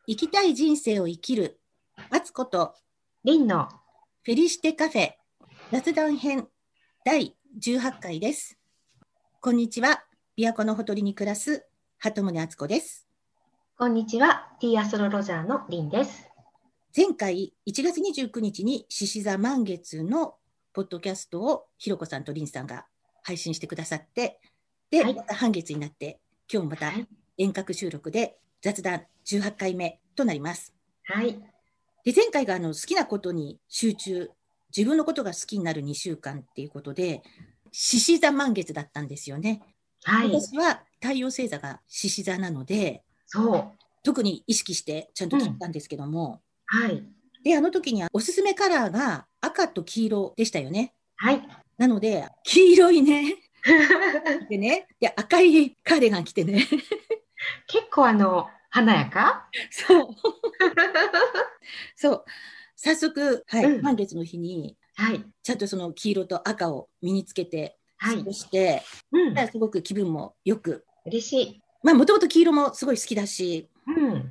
生きたい人生を生きる、あつことリンのフェリシテカフェ雑談編第18回です。こんにちは。琵琶湖のほとりに暮らす鳩宗敦子です。 こんにちは、ティーアストロロジャーのリンです。 前回1月29日に獅子座満月のポッドキャストをひろこさんとリンさんが配信してくださって、で、また半月になって今日また遠隔収録で雑談18回目となります。 はい。 で、前回が好きなことに集中、自分のことが好きになる2週間っていうことで、獅子座満月だったんですよね。 はい。 私は太陽星座が獅子座なので、 そう。 特に意識してちゃんと聞いたんですけども、 はい。 で、あの時におすすめカラーが赤と黄色でしたよね。 はい。 なので、黄色いね。でね、で赤いカーディガン着てね。 結構華やかそう。そう。早速、はい、 うん。 満月の日に、 はい。 ちゃんとその黄色と赤を身につけて過はい。 ごして、 うん。 すごく気分もよく、 嬉しい。 まあもともと黄色もすごい好きだし、 うん。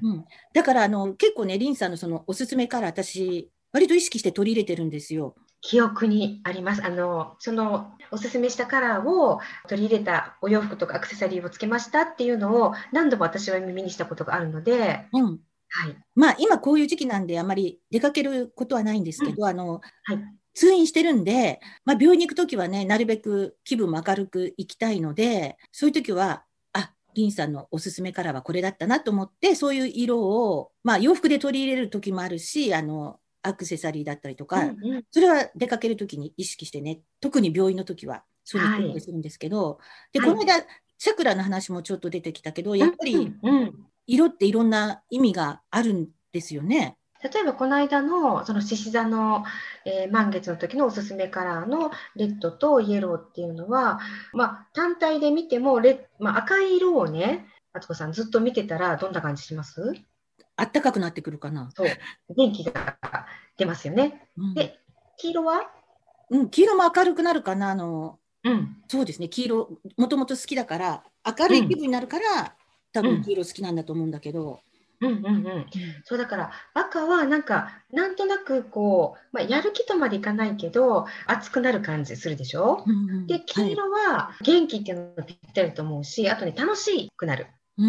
うん、だから結構ね、リンさんのそのおすすめから私、割と意識して取り入れてるんですよ。 記憶にあります。そのおすすめしたカラーを取り入れたお洋服とかアクセサリーをつけましたっていうのを何度も私は耳にしたことがあるので、 うん。 はい。 まあ今こういう時期なんであまり出かけることはないんですうん。 けど、 はい。 通院してるんで、まあ、病院に行くときはね、なるべく気分も明るく行きたいので、そういうときは、あ、リンさんのおすすめカラーはこれだったなと思って、そういう色を、まあ、洋服で取り入れるときもあるし、アクセサリーだったりとか、 うんうん。 それは出かけるときに意識してね、特に病院のときは、そういうのはい。 してたりするんですけど、で、 はい。 この間、チャクラの話もちょっと出てきたけど、やうんっぱりうんうん。 色っていろんな意味があるんですよね。 例えばこの間のその獅子座の、満月の時のおすすめカラーのレッドとイエローっていうのは、まあ、単体で見てもまあ、赤い色をね、敦子さんずっと見てたらどんな感じします？ あったかくなってくるかな。 そう、元気が出ますよね。 うん。 で、黄色は？ うん、黄色も明るくなるかな。 うん、 そうですね、黄色、もともと好きだから、明るい気うん、 分になるから、多うん。 分黄色好きなんだと思うんだけど、 うんうんうん、 うん、 そうだから赤はなんかなんとなくこう、まあ、やる気とまでいかないけど熱くなる感じするでしょ。 うんうん、 ではい。 黄色は元気っていうのがぴったりと思うし、あとね楽しくなる。 うん、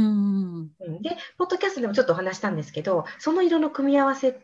うん、でポッドキャストでもちょっとお話したんですけど、その色の組み合わせって、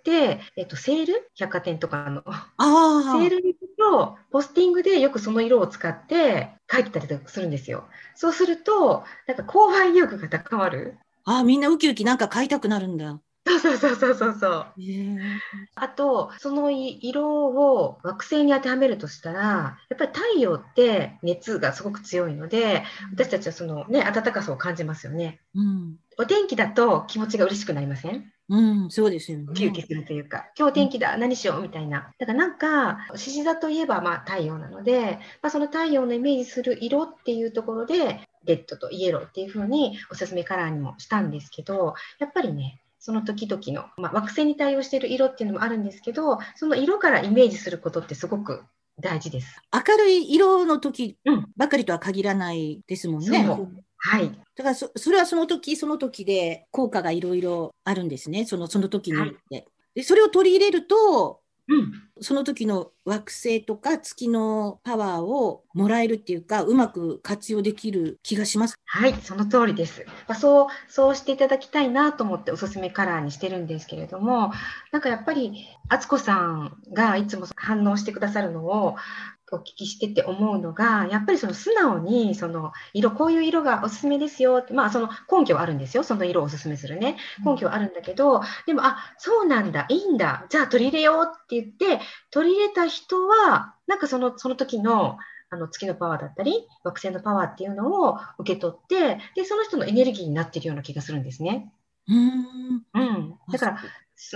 セール百貨店とかのセーあルに行くとポスティングでよくその色を使って書いてたりとかするんですよ。そうするとなんか購買意欲が高まる。 みんなウキウキなんか買いたくなるんだ。 そうそうそうそうそうそう。 へえ、 あと、その色を惑星に当てはめるとしたら、やっぱり太陽って熱がすごく強いので、私たちはそのね、暖かさを感じますよね。 うん、 お天気だと気持ちが嬉しくなりません？ うん、そうですよね。 ウキウキするというか、今日うん、 天気だ、何しようみたいな。だからなんか、獅子座といえばまあ太陽なので、まあ、その太陽のイメージする色っていうところで、レッドとイエローっていう風におすすめカラーにもしたんですけど、やっぱりね、その時々の、まあ、惑星に対応している色っていうのもあるんですけど、その色からイメージすることってすごく大事です。 明るい色の時うん、 ばかりとは限らないですもんね。 そう。はい。 だからそれはその時その時で効果がいろいろあるんですね。その時にはい。 よって。で、それを取り入れると、 うん。 その時の惑星とか月のパワーをもらえるっていうか、うまく活用できる気がします。 はい、その通りです。まあ、そうしていただきたいなと思っておすすめカラーにしてるんですけれども、なんかやっぱり、敦子さんがいつも反応してくださるのをお聞きしてて思うのが、やっぱりその素直に、その色、こういう色がおすすめですよって、まあその根拠はあるんですよ。その色をおすすめするね。根拠はあるんだけど、でも、あ、そうなんだ、いいんだ、じゃあ取り入れようって言って、取り入れた人は、なんかその時の月のパワーだったり惑星のパワーっていうのを受け取って、でその人のエネルギーになっているような気がするんですね。 うーん。 うん、 あ、 だから、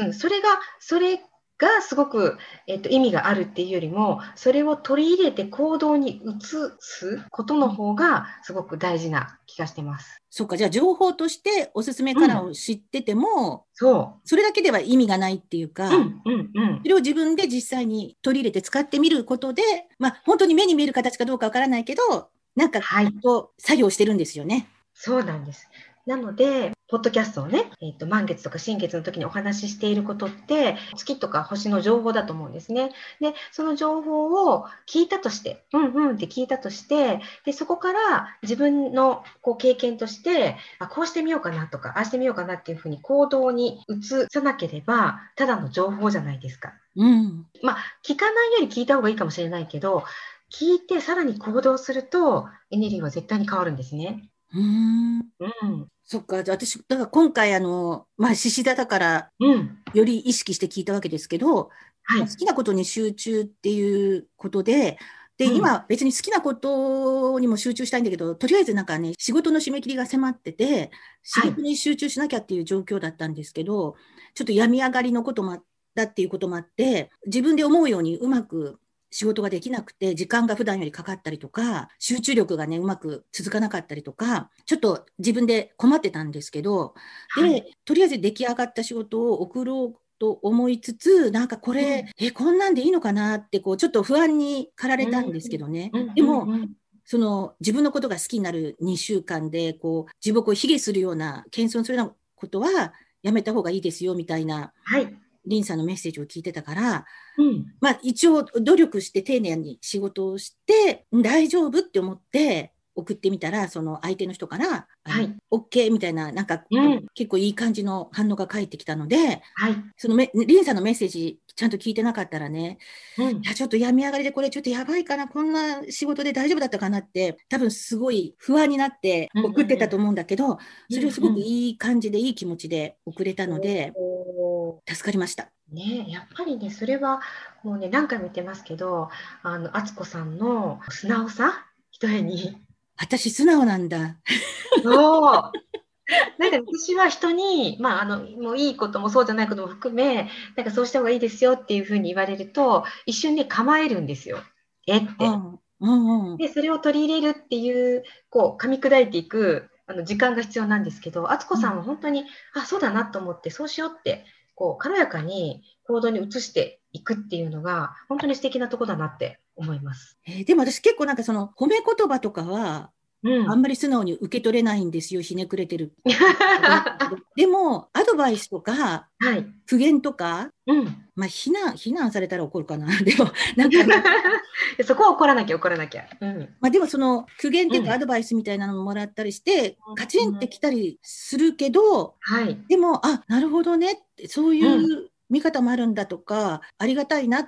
それがすごく、意味があるっていうよりも、それを取り入れて行動に移すことの方がすごく大事な気がしてます。 そうか、じゃあ情報としておすすめうん、 カラーを知ってても、 そそれだけでは意味がないっていうう。うか、 ん、うん、うん。 それを自分で実際に取り入れて使ってみることで、まあ本当に目に見える形かどうかわからないけど、なんかきっはい。 と作業してるんですよね。 そうなんです。なので、 ポッドキャストをね、満月とか新月の時にお話ししていることって、月とか星の情報だと思うんですね。で、その情報を聞いたとして、うんうんって聞いたとして、で、そこから自分のこう経験として、こうしてみようかなとか、ああしてみようかなっていうふうに行動に移さなければ、ただの情報じゃないですか。 うん。 聞かないより聞いた方がいいかもしれないけど、聞いてさらに行動すると、エネルギーは絶対に変わるんですね。 うん。 うん。 そっか、私、だから今回、獅子座だから、 うん。 より意識して聞いたわけですけど、 はい。 好きなことに集中っていうことで、 うん。 今、別に好きなことにも集中したいんだけど、とりあえずなんかね、仕事の締め切りが迫ってて、仕はい。 事に集中しなきゃっていう状況だったんですけど、ちょっと病み上がりのこともだっていうこともあって、自分で思うようにうまく仕事ができなくて、時間が普段よりかかったりとか、集中力がね、うまく続かなかったりとか、ちょっと自分で困ってたんですけど、 はい。 で、とりあえず出来上がった仕事を送ろうと思いつつ、なんかこれ、 うん。 こんなんでいいのかなって、こう、ちょっと不安に駆らうん。 れたんですけどね。 うん。 でも、 うん。 その自分のことが好きになる2週間で、こう、自分をこう卑下するような、謙遜するようなことはやめた方がいいですよ、みたいな、 はい。 リンさんのメッセージを聞いてたから、 うん。 まあ一応努力して丁寧に仕事をして、大丈夫って思って送ってみたら、その相手の人から、 はい。 OK みたいな、なんかうん。 結構いい感じの反応が返ってきたので、 はい。 そのリンさんのメッセージちゃんと聞いてなかったらね、 うん。 いや、ちょっと病み上がりでこれちょっとやばいかな、こんな仕事で大丈夫だったかなって、多分すごい不安になってうん。 送ってたとうん。 思うんだけど、 うん。 それをすごくうん。 いい感じで、いい気持ちで送れたので、 おー。 助かりました。 ね、やっぱりね、それはもうね、何回も言ってますけど、敦子さんの素直さ、一重に。 私、素直なんだ。 そう。なんか私は人に、もういいこともそうじゃないことも含め、なんかそうした方がいいですよっていうふうに言われると、一瞬で構えるんですよ。えって。 うん、うんうん。 で、それを取り入れるっていう、こう、噛み砕いていく、時間が必要なんですけど、敦子さんは本当に、そうだなと思って、そうしようって、こう、軽やかに行動に移していくっていうのが、本当に素敵なとこだなって思います。 でも私結構なんかその褒め言葉とかは、 うん。 あんまり素直に受け取れないんですよ、ひねくれてる。でも、アドバイスとか、 はい。 苦言とか、 うん。 まあ、非難されたら怒るかな。でも、なんかそこは怒らなきゃ怒らなきゃ。うん。 まあ、でもその苦言っていうかうん。 アドバイスみたいなのももらったりして、カチうん。 ンってきたりするけど、 はい。 でも、あ、なるほどねって、そういうん。 う見方もあるんだとか、ありがたいなって、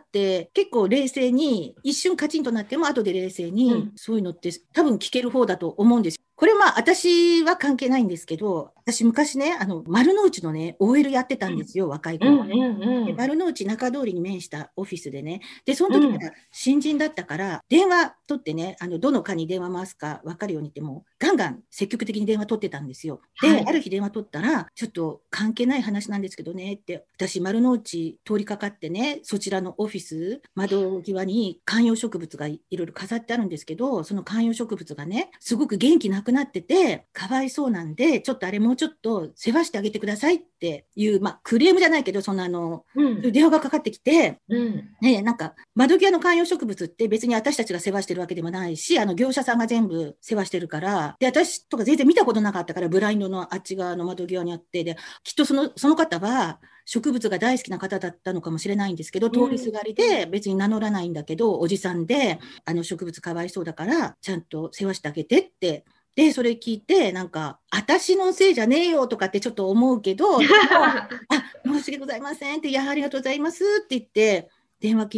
結構冷静に、一瞬カチンとなっても、後で冷静に、 うん。 そういうのって多分聞ける方だと思うんですよ。これまあ、私は関係ないんですけど、私昔ね、丸の内のね、OL やってたんですよ、若い頃。 うん。うん。うでん。 丸の内中通りに面したオフィスでね、で、そのうん。 時まだ新人だったから、電話取ってね、どの課に電話回すか分かるようにっても、ガンガン積極的に電話取ってたんですよ。で、あはい。 る日電話取ったら、ちょっと関係ない話なんですけどねって、私、丸の内通りかかってね、そちらのオフィス、窓際に観葉植物がいろいろ飾ってあるんですけど、その観葉植物がね、すごく元気なくなってて、かわいそうなんで、ちょっとあれもうちょっと世話してあげてくださいっていう、まあ、クレームじゃないけど、そのうん。 電話がかかってきて、 うん。 ね、なんか窓際の観葉植物って別に私たちが世話してるわけでもないし、業者さんが全部世話してるから、で、私とか全然見たことなかったから、ブラインドのあっち側の窓際にあって、で、きっとその方は植物が大好きな方だったのかもしれないんですけど、通りすうん。 がりで別に名乗らないんだけど、おじさんで、植物かわいそうだから、ちゃんと世話してあげてって。で、それ聞いて、なんか、私のせいじゃねえよとかってちょっと思うけど、でも、申し訳ございませんって、いや、ありがとうございますって言って、電話切って、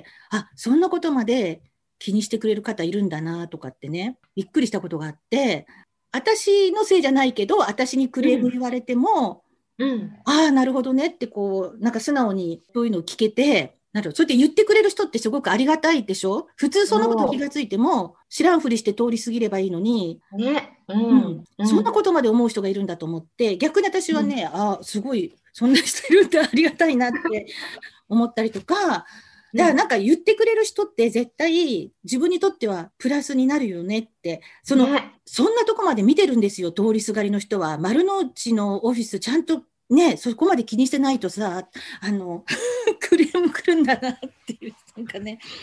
そんなことまで気にしてくれる方いるんだなとかってね、びっくりしたことがあって、私のせいじゃないけど、私にクレームうん。 言われても、 うん。 なるほどねってこう、なんか素直にそういうのを聞けて、なるほど。そうやって言ってくれる人ってすごくありがたいでしょ。普通そのこと気そがついても、知らんふりして通り過ぎればいいのに、 う。ね。ううん、 ん。うそんなん。 ことまで思う人がいるんだと思って、逆に私はうん。 ね、すごい、そんな人いるんだ、ありがたいなって思ったりとか、だからうん。 なんか言ってくれる人って絶対自分にとってはプラスになるよねって、 ね。 そんなとこまで見てるんですよ、通りすがりの人は。丸の内のオフィスちゃんとね、そこまで気にしてないとさ、クレーム来るんだなっていう、なんかね、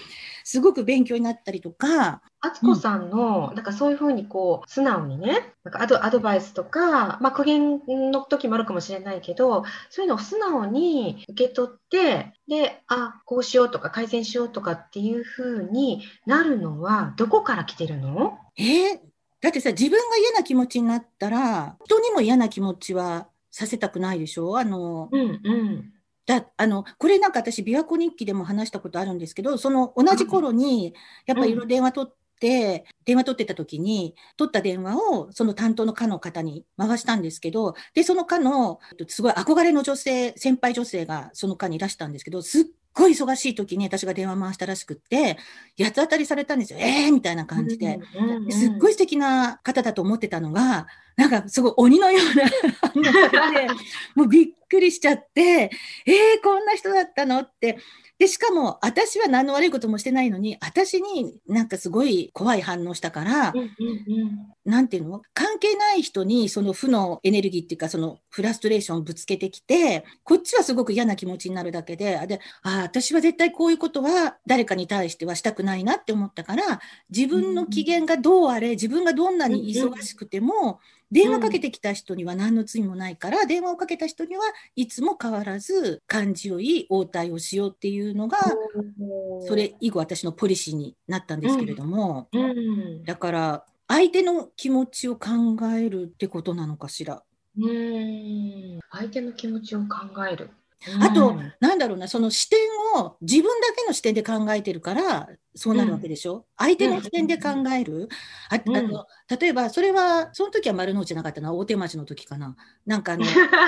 すごく勉強になったりとか。 敦子さんの、なんかそういうふうにこう、素直にね、なんかアドバイスとか、まあ苦言の時もあるかもしれないけど、そういうのを素直に受け取って、で、あ、こうしようとか改善しようとかっていうふうになるのは、どこから来てるの？ だってさ、自分が嫌な気持ちになったら、人にも嫌な気持ちはさせたくないでしょ。 うんうん。 これなんか私、琵琶湖日記でも話したことあるんですけど、その同じ頃に、やっぱりいろいろ電話取ってた時に、取った電話をその担当の課の方に回したんですけど、で、その課の、すごい憧れの女性、先輩女性がその課にいらしたんですけど、すっごい忙しい時に私が電話回したらしくって、八つ当たりされたんですよ。みたいな感じで。すっごい素敵な方だと思ってたのが、なんかすごい鬼のような反応されて、もうびっくりしちゃって、こんな人だったのって。で、しかも、私は何の悪いこともしてないのに、私になんかすごい怖い反応したから、なんていうの、関係ない人にその負のエネルギーっていうか、そのフラストレーションをぶつけてきて、こっちはすごく嫌な気持ちになるだけで、私は絶対こういうことは誰かに対してはしたくないなって思ったから、自分の機嫌がどうあれ、自分がどんなに忙しくても、電話かけてきた人には何の罪もないから、電話をかけた人にはいつも変わらず感じよい応対をしようっていうのが、それ以後私のポリシーになったんですけれども、だから相手の気持ちを考えるってことなのかしら。 相手の気持ちを考える。 あと、なんだろうな、その視点を自分だけの視点で考えてるから、そうなるわけでしょ。相手の視点で考える。例えば、その時は丸の内じゃなかったな、大手町の時かな。なんか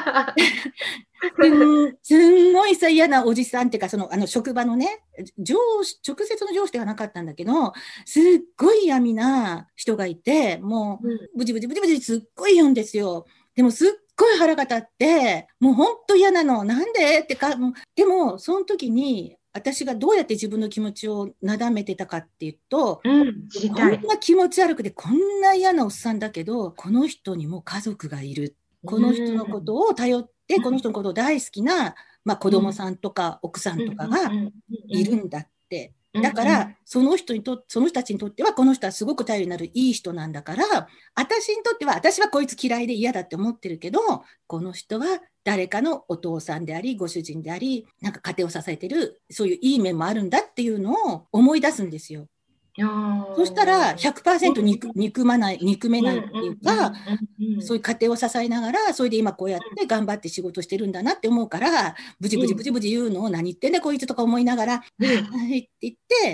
すんごいさ、嫌なおじさんっていうか、職場のね、直接の上司ではなかったんだけど、すっごい闇な人がいて、もう、ブチブチブチブチすっごい言うんですよ。でも、すっごい腹が立って、もう本当嫌なの。なんでってか、でも、その時に、私がどうやって自分の気持ちをなだめてたかっていうと、こんな気持ち悪くて、こんな嫌なおっさんだけど、この人にも家族がいる。この人のことを頼って、この人のことを大好きな、子供さんとか奥さんとかがいるんだって。だから、その人たちにとっては、この人はすごく頼りになるいい人なんだから、私にとっては、私はこいつ嫌いで嫌だって思ってるけど、この人は誰かのお父さんであり、ご主人であり、なんか家庭を支えてる、そういういい面もあるんだっていうのを思い出すんですよ。そしたら100% 憎めないっていうか、そういう家庭を支えながら、それで今こうやって頑張って仕事してるんだなって思うから、ブチブチブチブチ言うのを何言ってんだこいつとか思いながら、はいって言って、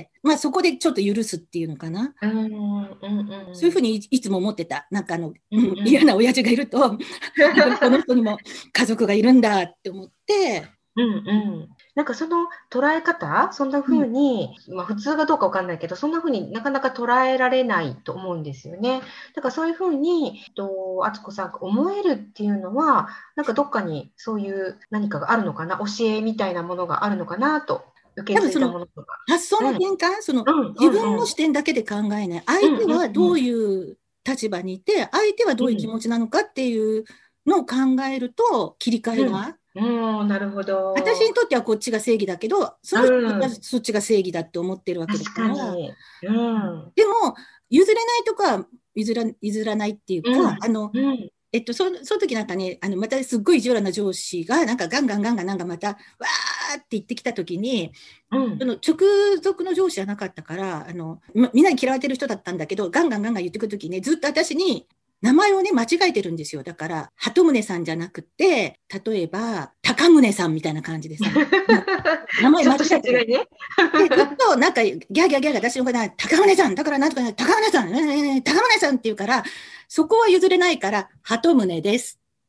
そこでちょっと許すっていうのかな。そういうふうにいつも思ってた。なんか嫌な親父がいると、この人にも家族がいるんだって思って、 なんかその捉え方、そんな風に、普通がどうかわかんないけど、そんな風になかなか捉えられないと思うんですよね。だからそういう風に、敦子さんが思えるっていうのは、なんかどっかにそういう何かがあるのかな、教えみたいなものがあるのかなと、受け継いだものとか。 発想の転換、自分の視点だけで考えない。相手はどういう立場にいて、相手はどういう気持ちなのかっていうのを考えると、切り替えが。 なるほど。 私にとってはこっちが正義だけど、その人はそっちが正義だって思ってるわけだから。でも、譲れないとか譲らないっていうか、その時なんかね、またすっごい意地悪な上司が、なんかガンガンなんかまた、わーって言ってきた時に、その直属の上司じゃなかったから、みんなに嫌われてる人だったんだけど、ガンガン言ってくる時に、ずっと私に、名前をね、間違えてるんですよ。だから、鳩宗さんじゃなくて、例えば、高宗さんみたいな感じでさ、名前間違えてる。で、ずっとなんか、ギャーギャー私のことは、高宗さん、だからなんとか、高宗さん、高宗さんって言うから、そこは譲れないから、鳩宗ですって。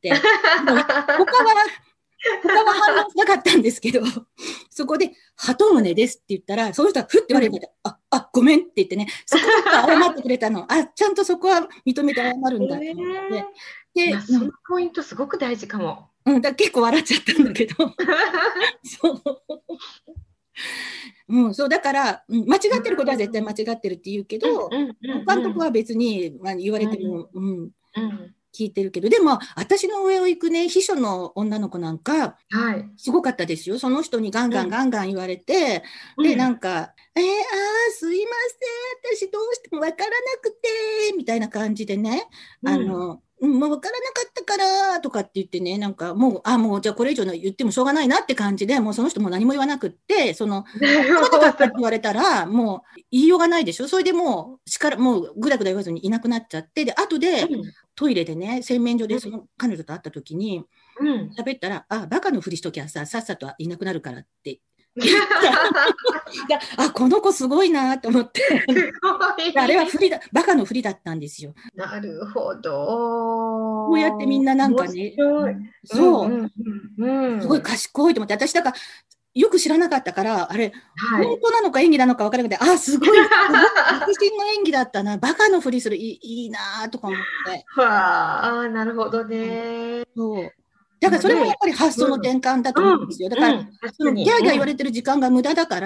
他は反応しなかったんですけど、そこで、鳩宗ですって言ったら、その人はふって言われて、ごめんって言ってね、そこは謝ってくれたの。ちゃんとそこは認めて謝るんだと思って。 で、そのポイントすごく大事かも。 結構笑っちゃったんだけど。そう。だから、間違ってることは絶対間違ってるって言うけど、監督は別に、言われても、 聞いてるけど、でも私の上を行くね、秘書の女の子なんか、 はい。 すごかったですよ。その人にガンガンガンガン言われて、で、なうん。 んか、すいません、私どうしてもわからなくて、みたいな感じでね、 うん。 もうわからなかったから、とかって言ってね、なんかもう、じゃあこれ以上の言ってもしょうがないなって感じで、もうその人も何も言わなくって、わなるからなほど。 かったって言われたら、もう言いようがないでしょ。それでもうぐだぐだ言わずにいなくなっちゃって、で、後でうん。 トイレでね、洗面所うん。 でその彼女と会った時に、 うん。 喋ったら、バカのふりしときゃさっさといなくなるからって言ったら、この子すごいなと思って、 すごあれはい。 バカのふりだったんですよ。 なるほこうやってみど。 んななん面かね、 白い。うんそう、 うんうんすごいうん。 賢いと思って、私だから、よく知らなかったから、あれ、 はい。 本当なのか演技なのか分からなくて、すごい、すごい、確信の演技だったな、バカのふりする、いいなとか思って。 はあ、なるほどうん、 ね。 そう。だからそれもやっでもね、 ぱり発想のうん、 転換だと思うんうん、 ですよ。だから、 うん、確そのギかに、うん、 ャーギャー言われてる時間が無駄だから、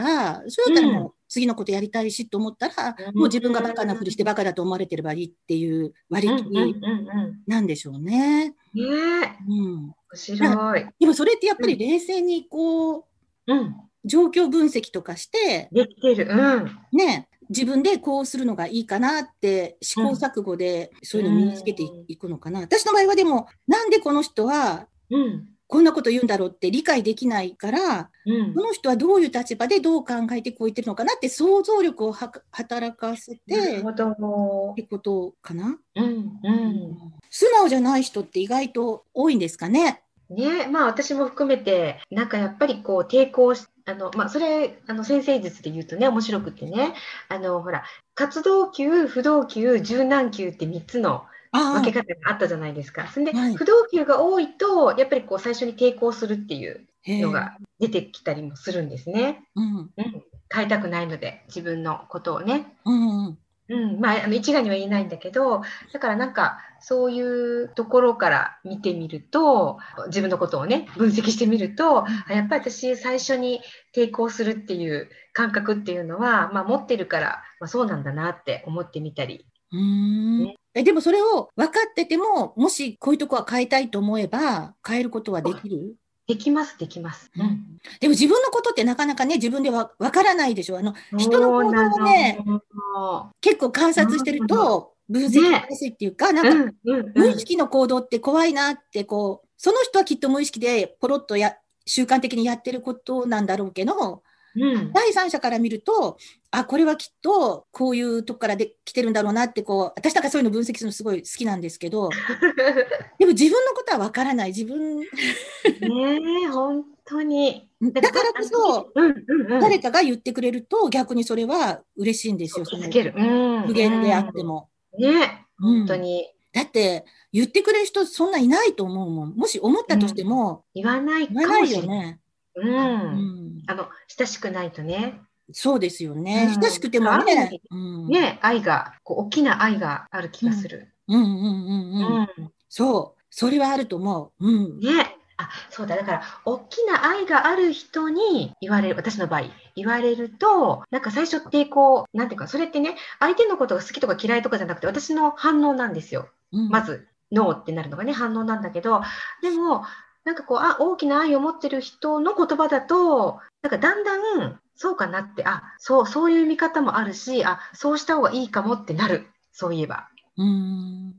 そうやったらもうん、 う次のことやりたいしと思ったら、 うん、 もう自分がバカなふりしてバカだと思われてればいいっていう割うん、 り切りうん、うん。 なんでしょうね。 ねえ、 うん。 面だから白い。 でもそれってやっぱりうん、 冷静にこう、 うん、 状況分析とかして、 できてる。うん、 ね、自分でこうするのがいいかなって試うん、 行錯誤でそういうのを身につけてうん、 いくのかな。私の場合はでも、なんでこの人はうん、 こんなこと言うんだろうって理解できないから、 うん。 この人はどういう立場でどう考えてこう言ってるのかなって想像力を働かせてなるほど。 ってことかな。 うん、ううん、 ん。 素直じゃない人って意外と多いんですかね。 ね、まあ私も含めて、なんかやっぱりこう抵抗し、まあそれ、先生術で言うとね、面白くてね、ほら、活動級、不動級、柔軟級って3つの分あけ方があったじゃないですか。そんで、 あ、はい。 不動級が多いと、やっぱりこう最初に抵抗するっていうへえ、 のが出てきたりもするんですね。 うん、 うん。変えたくないので、自分のことをね。 うん、うん。 うん、まあ、一概には言えないんだけど、だからなんか、そういうところから見てみると、自分のことをね、分析してみると、やっぱり私、最初に抵抗するっていう感覚っていうのは、まあ、持ってるから、まあ、そうなんだなって思ってみたり。 うーん。 ね、 でもそれを分かってても、もしこういうとこは変えたいと思えば、変えることはできる。 できます、できます。 うん、 うん。 でも自分のことってなかなかね、自分では分からないでしょ。人のそうな行動をね、 の。 結構観な察してるるほど。 と分析しね。 やすいっていうか、なんかうん、うん、 無意うん。 識の行動って怖いなって、こう、その人はきっと無意識でポロッと習慣的にやってることなんだろうけど、 うん。 第三者から見ると、これはきっとこういうとこから来てるんだろうなって、こう、私なんかそういうの分析するのすごい好きなんですけど、でも自分のことは分からない。 ねえ、本当に。なんかだからこそ、 うん、うん、うん。 誰かが言ってくれると逆にそれは嬉しいんですよ。 そう、気づける。うん、 苦言であうん。 っても。 ね、 うん。 本当に。 だって、言ってくれる人そんないないと思うもん。もし思ったとしてうん。 も、 言わない言わないかもしれない。 よね。 ううん。 ん。 親しくないとね。 そうですようね。親しん。 くてもある意ね。 味、 うん。 ね、愛が、大きな愛がある気うん。 がする。 うんうんうんうん。 うん。 そう。それはあると思う。うん。 ね。そうだ。だから、大きな愛がある人に言われる、私の場合、言われると、なんか最初抵抗、なんていうか、それってね、相手のことが好きとか嫌いとかじゃなくて、私の反応なんですよ。 うん。 まず、ノーってなるのがね、反応なんだけど、でも、なんかこう、大きな愛を持ってる人の言葉だと、なんかだんだん、そうかなって、そういう見方もあるし、そうした方がいいかもってなる。そういえば。 うん。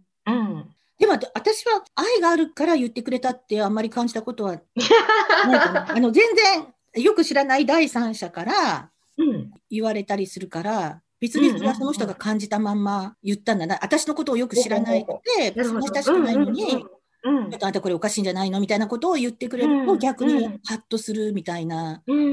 うん。 でも、私は愛があるから言ってくれたってあんまり感じたことはないかな。全然よく知らない第三者からうん。 言われたりするから、別うんうんにそれはその人うん。 が感じたまんま言ったんだな。私のことをよくほう知らなくほうほうほて、 う。なるほど。 そんな親しくないうんうんのに、 うん。うん。 ちょっとあんたこれおかしいんじゃないのみたいなことを言ってくれるとうん逆にうん。 ハッとするみたいなうん。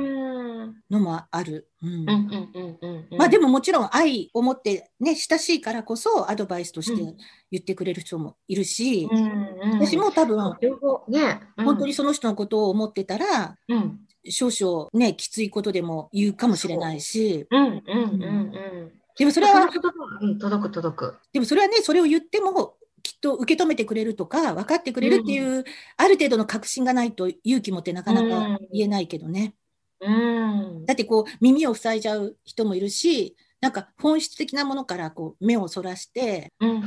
のもある。ううんん。 うんうんうんうまあでん。 ももちろん愛を持ってね、親しいからこそアドバイスとしてうん言ってくれる人もいるし、 うん私うん。 も多分そう、両方ね。う本当にん。 その人のことを思ってたら、 うん。 少々ね、きついことでも言うかもしれなそいし、 う。うんうんうんうん、 うん。 でもそれは、 その言葉は、うん、届く届く。 でもそれはね、それを言っても、きっと受け止めてくれるとか、分かってくれるってうん。 いう、ある程度の確信がないと勇気持ってなかうなかん。 言えないけどね。 うん。 だってこう、耳を塞いじゃう人もいるし、なんか本質的なものからこう目をそらして、 うん。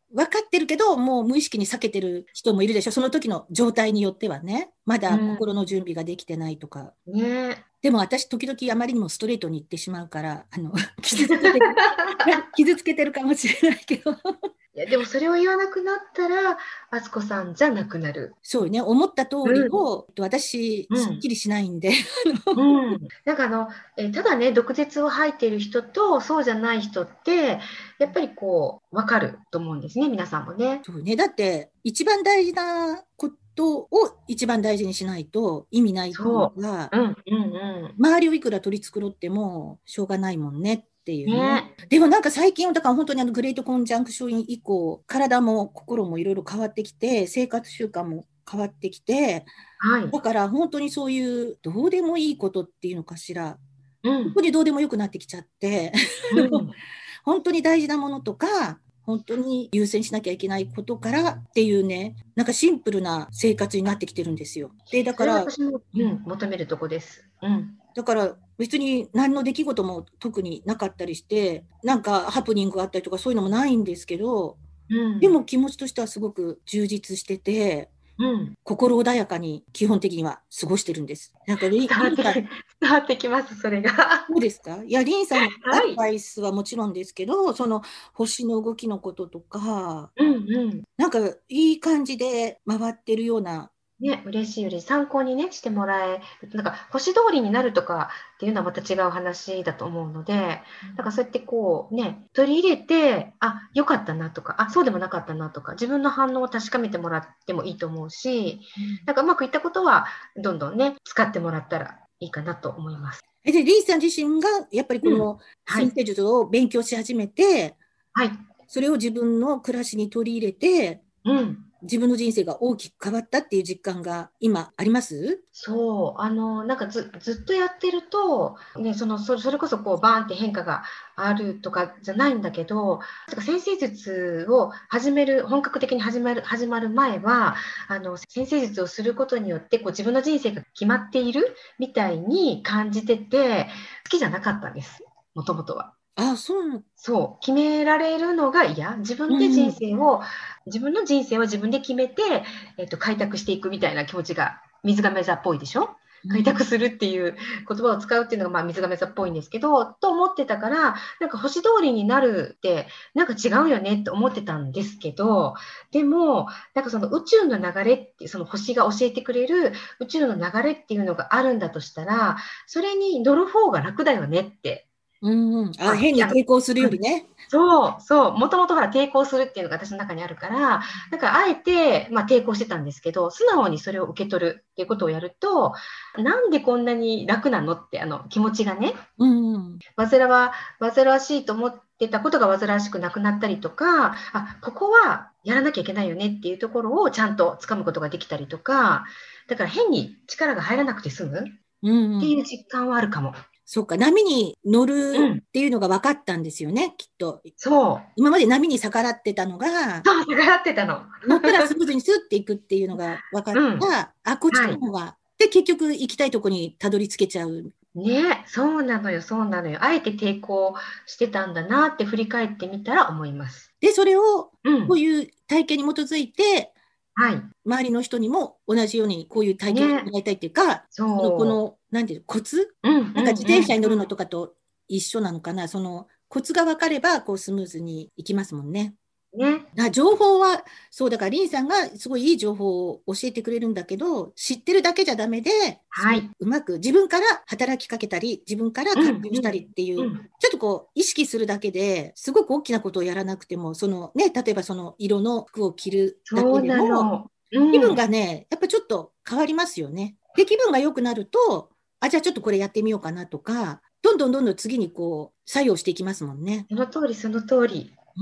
分かってるけど、もう無意識に避けてる人もいるでしょ。その時の状態によってはね。まだ心の準備ができてないとか。 ね。 でも私、時々あまりにもストレートに言ってしまうから、傷つけてる、傷つけてるかもしれないけど。 いや、でもそれを言わなくなったら、敦子さんじゃなくなる。 そうね、思った通りを、私、すっきりしないんで。 なんかただね、毒舌を吐いている人とそうじゃない人って、やっぱりこう、分かると思うんですね、皆さんもね。 そうね、だって、一番大事なことを一番大事にしないと意味ないっていうそか、 う。うん。 周りをいくら取り繕ってもしょうがないもんねっていうね。 ね。 でもなんか最近、だから本当にグレートコンジャンクション以降、体も心もいろいろ変わってきて、生活習慣も変わってきて、 はい。 だから本当にそういうどうでもいいことっていうのかしら、本当うん。 にどうでもよくなってきちゃって、 うん。 本当に大事なものとか、本当に優先しなきゃいけないことからっていうね、なんかシンプルな生活になってきてるんですよ。で、だそれはから、 私も、求めるとこです。 だから別に何の出来事も特になかったりして、なんかハプニングがあったりとかそういうのもないんですけど、でも気持ちとしてはすごく充実してて、心穏やかに基本的には過ごしてるんです。なんかリンさん、 伝わってきます、それが。 そうですか？いや、リンさんのアはい。 ドバイスはもちろんですけど、その星の動きのこととか、 うんうん。 なんかいい感じで回ってるような、 ね、嬉しい嬉しい。参考にね、してもらえると、なんか星通りになるとかっていうのはまた違う話だと思うので、だからそうやってこうね、取り入れて、あ、良かったなとか、あ、そうでもなかったなとか、自分の反応を確かめてもらってもいいと思うし、なんかうまくいったことは、どんどんね、使ってもらったらいいかなと思います。 で、リンさん自身がやっぱりこうん。 のはい。 先生術を勉強し始めて、 はい。 それを自分の暮らしに取り入れて、 うん。 自分の人生が大きく変わったっていう実感が今あります？ そう、なんかずっとやってると、ね、それこそこうバーンって変化があるとかじゃないんだけど、なんか先生術を本格的に始まる前は、先生術をすることによってこう自分の人生が決まっているみたいに感じてて、好きじゃなかったんです、もともとは。 あ、そうなの。 そう、決められるのが嫌。自分の人生を自分で決めて、開拓していくみたいな気持ちが、水亀座っぽいでしょ。開拓するっていう言葉を使うっていうのが、まあ、水亀座っぽいんですけど、と思ってたから、なんか星通りになるって、なんか違うよねって思ってたんですけど、でも、なんかその宇宙の流れって、その星が教えてくれる宇宙の流れっていうのがあるんだとしたら、それに乗る方が楽だよねって。 あ、変に抵抗するよりね。 そう、もともとほら抵抗するっていうのが私の中にあるから、だからあえて、まあ、抵抗してたんですけど、素直にそれを受け取るっていうことをやると、なんでこんなに楽なのって気持ちがね、煩わしいと思ってたことが煩わしくなくなったりとか、あ、ここはやらなきゃいけないよねっていうところをちゃんと掴むことができたりとか、だから変に力が入らなくて済むっていう実感はあるかも。 そうか、波に乗るうん。 っていうのが分かったんですよね、きっと。 そう。 今まで波に逆らってたのが、 そう、逆らってたの。 乗ったらスムーズにスッていくっていうのが分かっうん。 た。あ、こっちはい。 の方が。で、結局行きたいとこにたどり着けちゃう。 ね、そうなのよ、そうなのよ。あえて抵抗してたんだなって振り返ってみたら思います。 で、それを、 うん。 こういう体験に基づいて、 はい。 周りの人にも同じようにこういう体験をしてもね、 らいたいっていうか、 そう。 なんていうの、コツうんなんか自転車に乗るうん。 のとかと一緒なのかな。そのコツが分かれば、こうスムーズにいきますもんね。 ね。 情報は、そうだから、リンさんがすごいいい情報を教えてくれるんだけど、知ってるだけじゃダメで、 はい。 うまく自分から働きかけたり、自分からうん活用したりっていう、 うん。 ちょっとこう、意識するだけですごく大きなことをやらなくても、そのね、例えばその色の服を着るだけそうでも、 なの。 気分うん。 がね、やっぱちょっと変わりますよね。で、気分が良くなると、あ、じゃあちょっとこれやってみようかなとか、どんどん次にこう、作用していきますもんね。 その通り、その通り。 うん。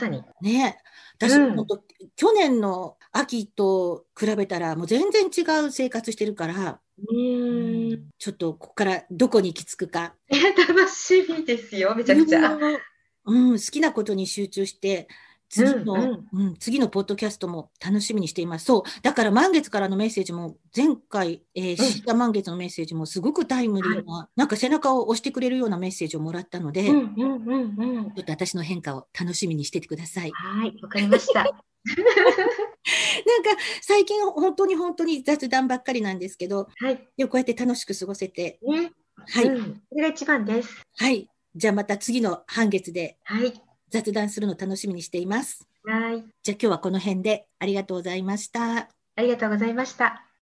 まさに。 ね。私、 うん。 本当、去年の秋と比べたら、もう全然違う生活してるから、 うーん。 ちょっとここからどこに行き着くか、 楽しみですよ、めちゃ自くちゃ。 分の、好きなことに集中して次のポッドキャストも楽しみにしています。そう。だから満月からのメッセージも、前回、シダ満月のメッセージもすごくタイムリーな、なんか背中を押してくれるようなメッセージをもらったので、ちょっと私の変化を楽しみにしててください。 はい、わかりました。なんか最近本当に雑談ばっかりなんですけど、 はい、 でもこうやって楽しく過ごせて、 ね、 はい、 それが一番です。 はい。じゃあまた次の半月ではい、 雑談するの楽しみにしています。 はい、 じゃあ今日はこの辺でありがとうございました。 ありがとうございました。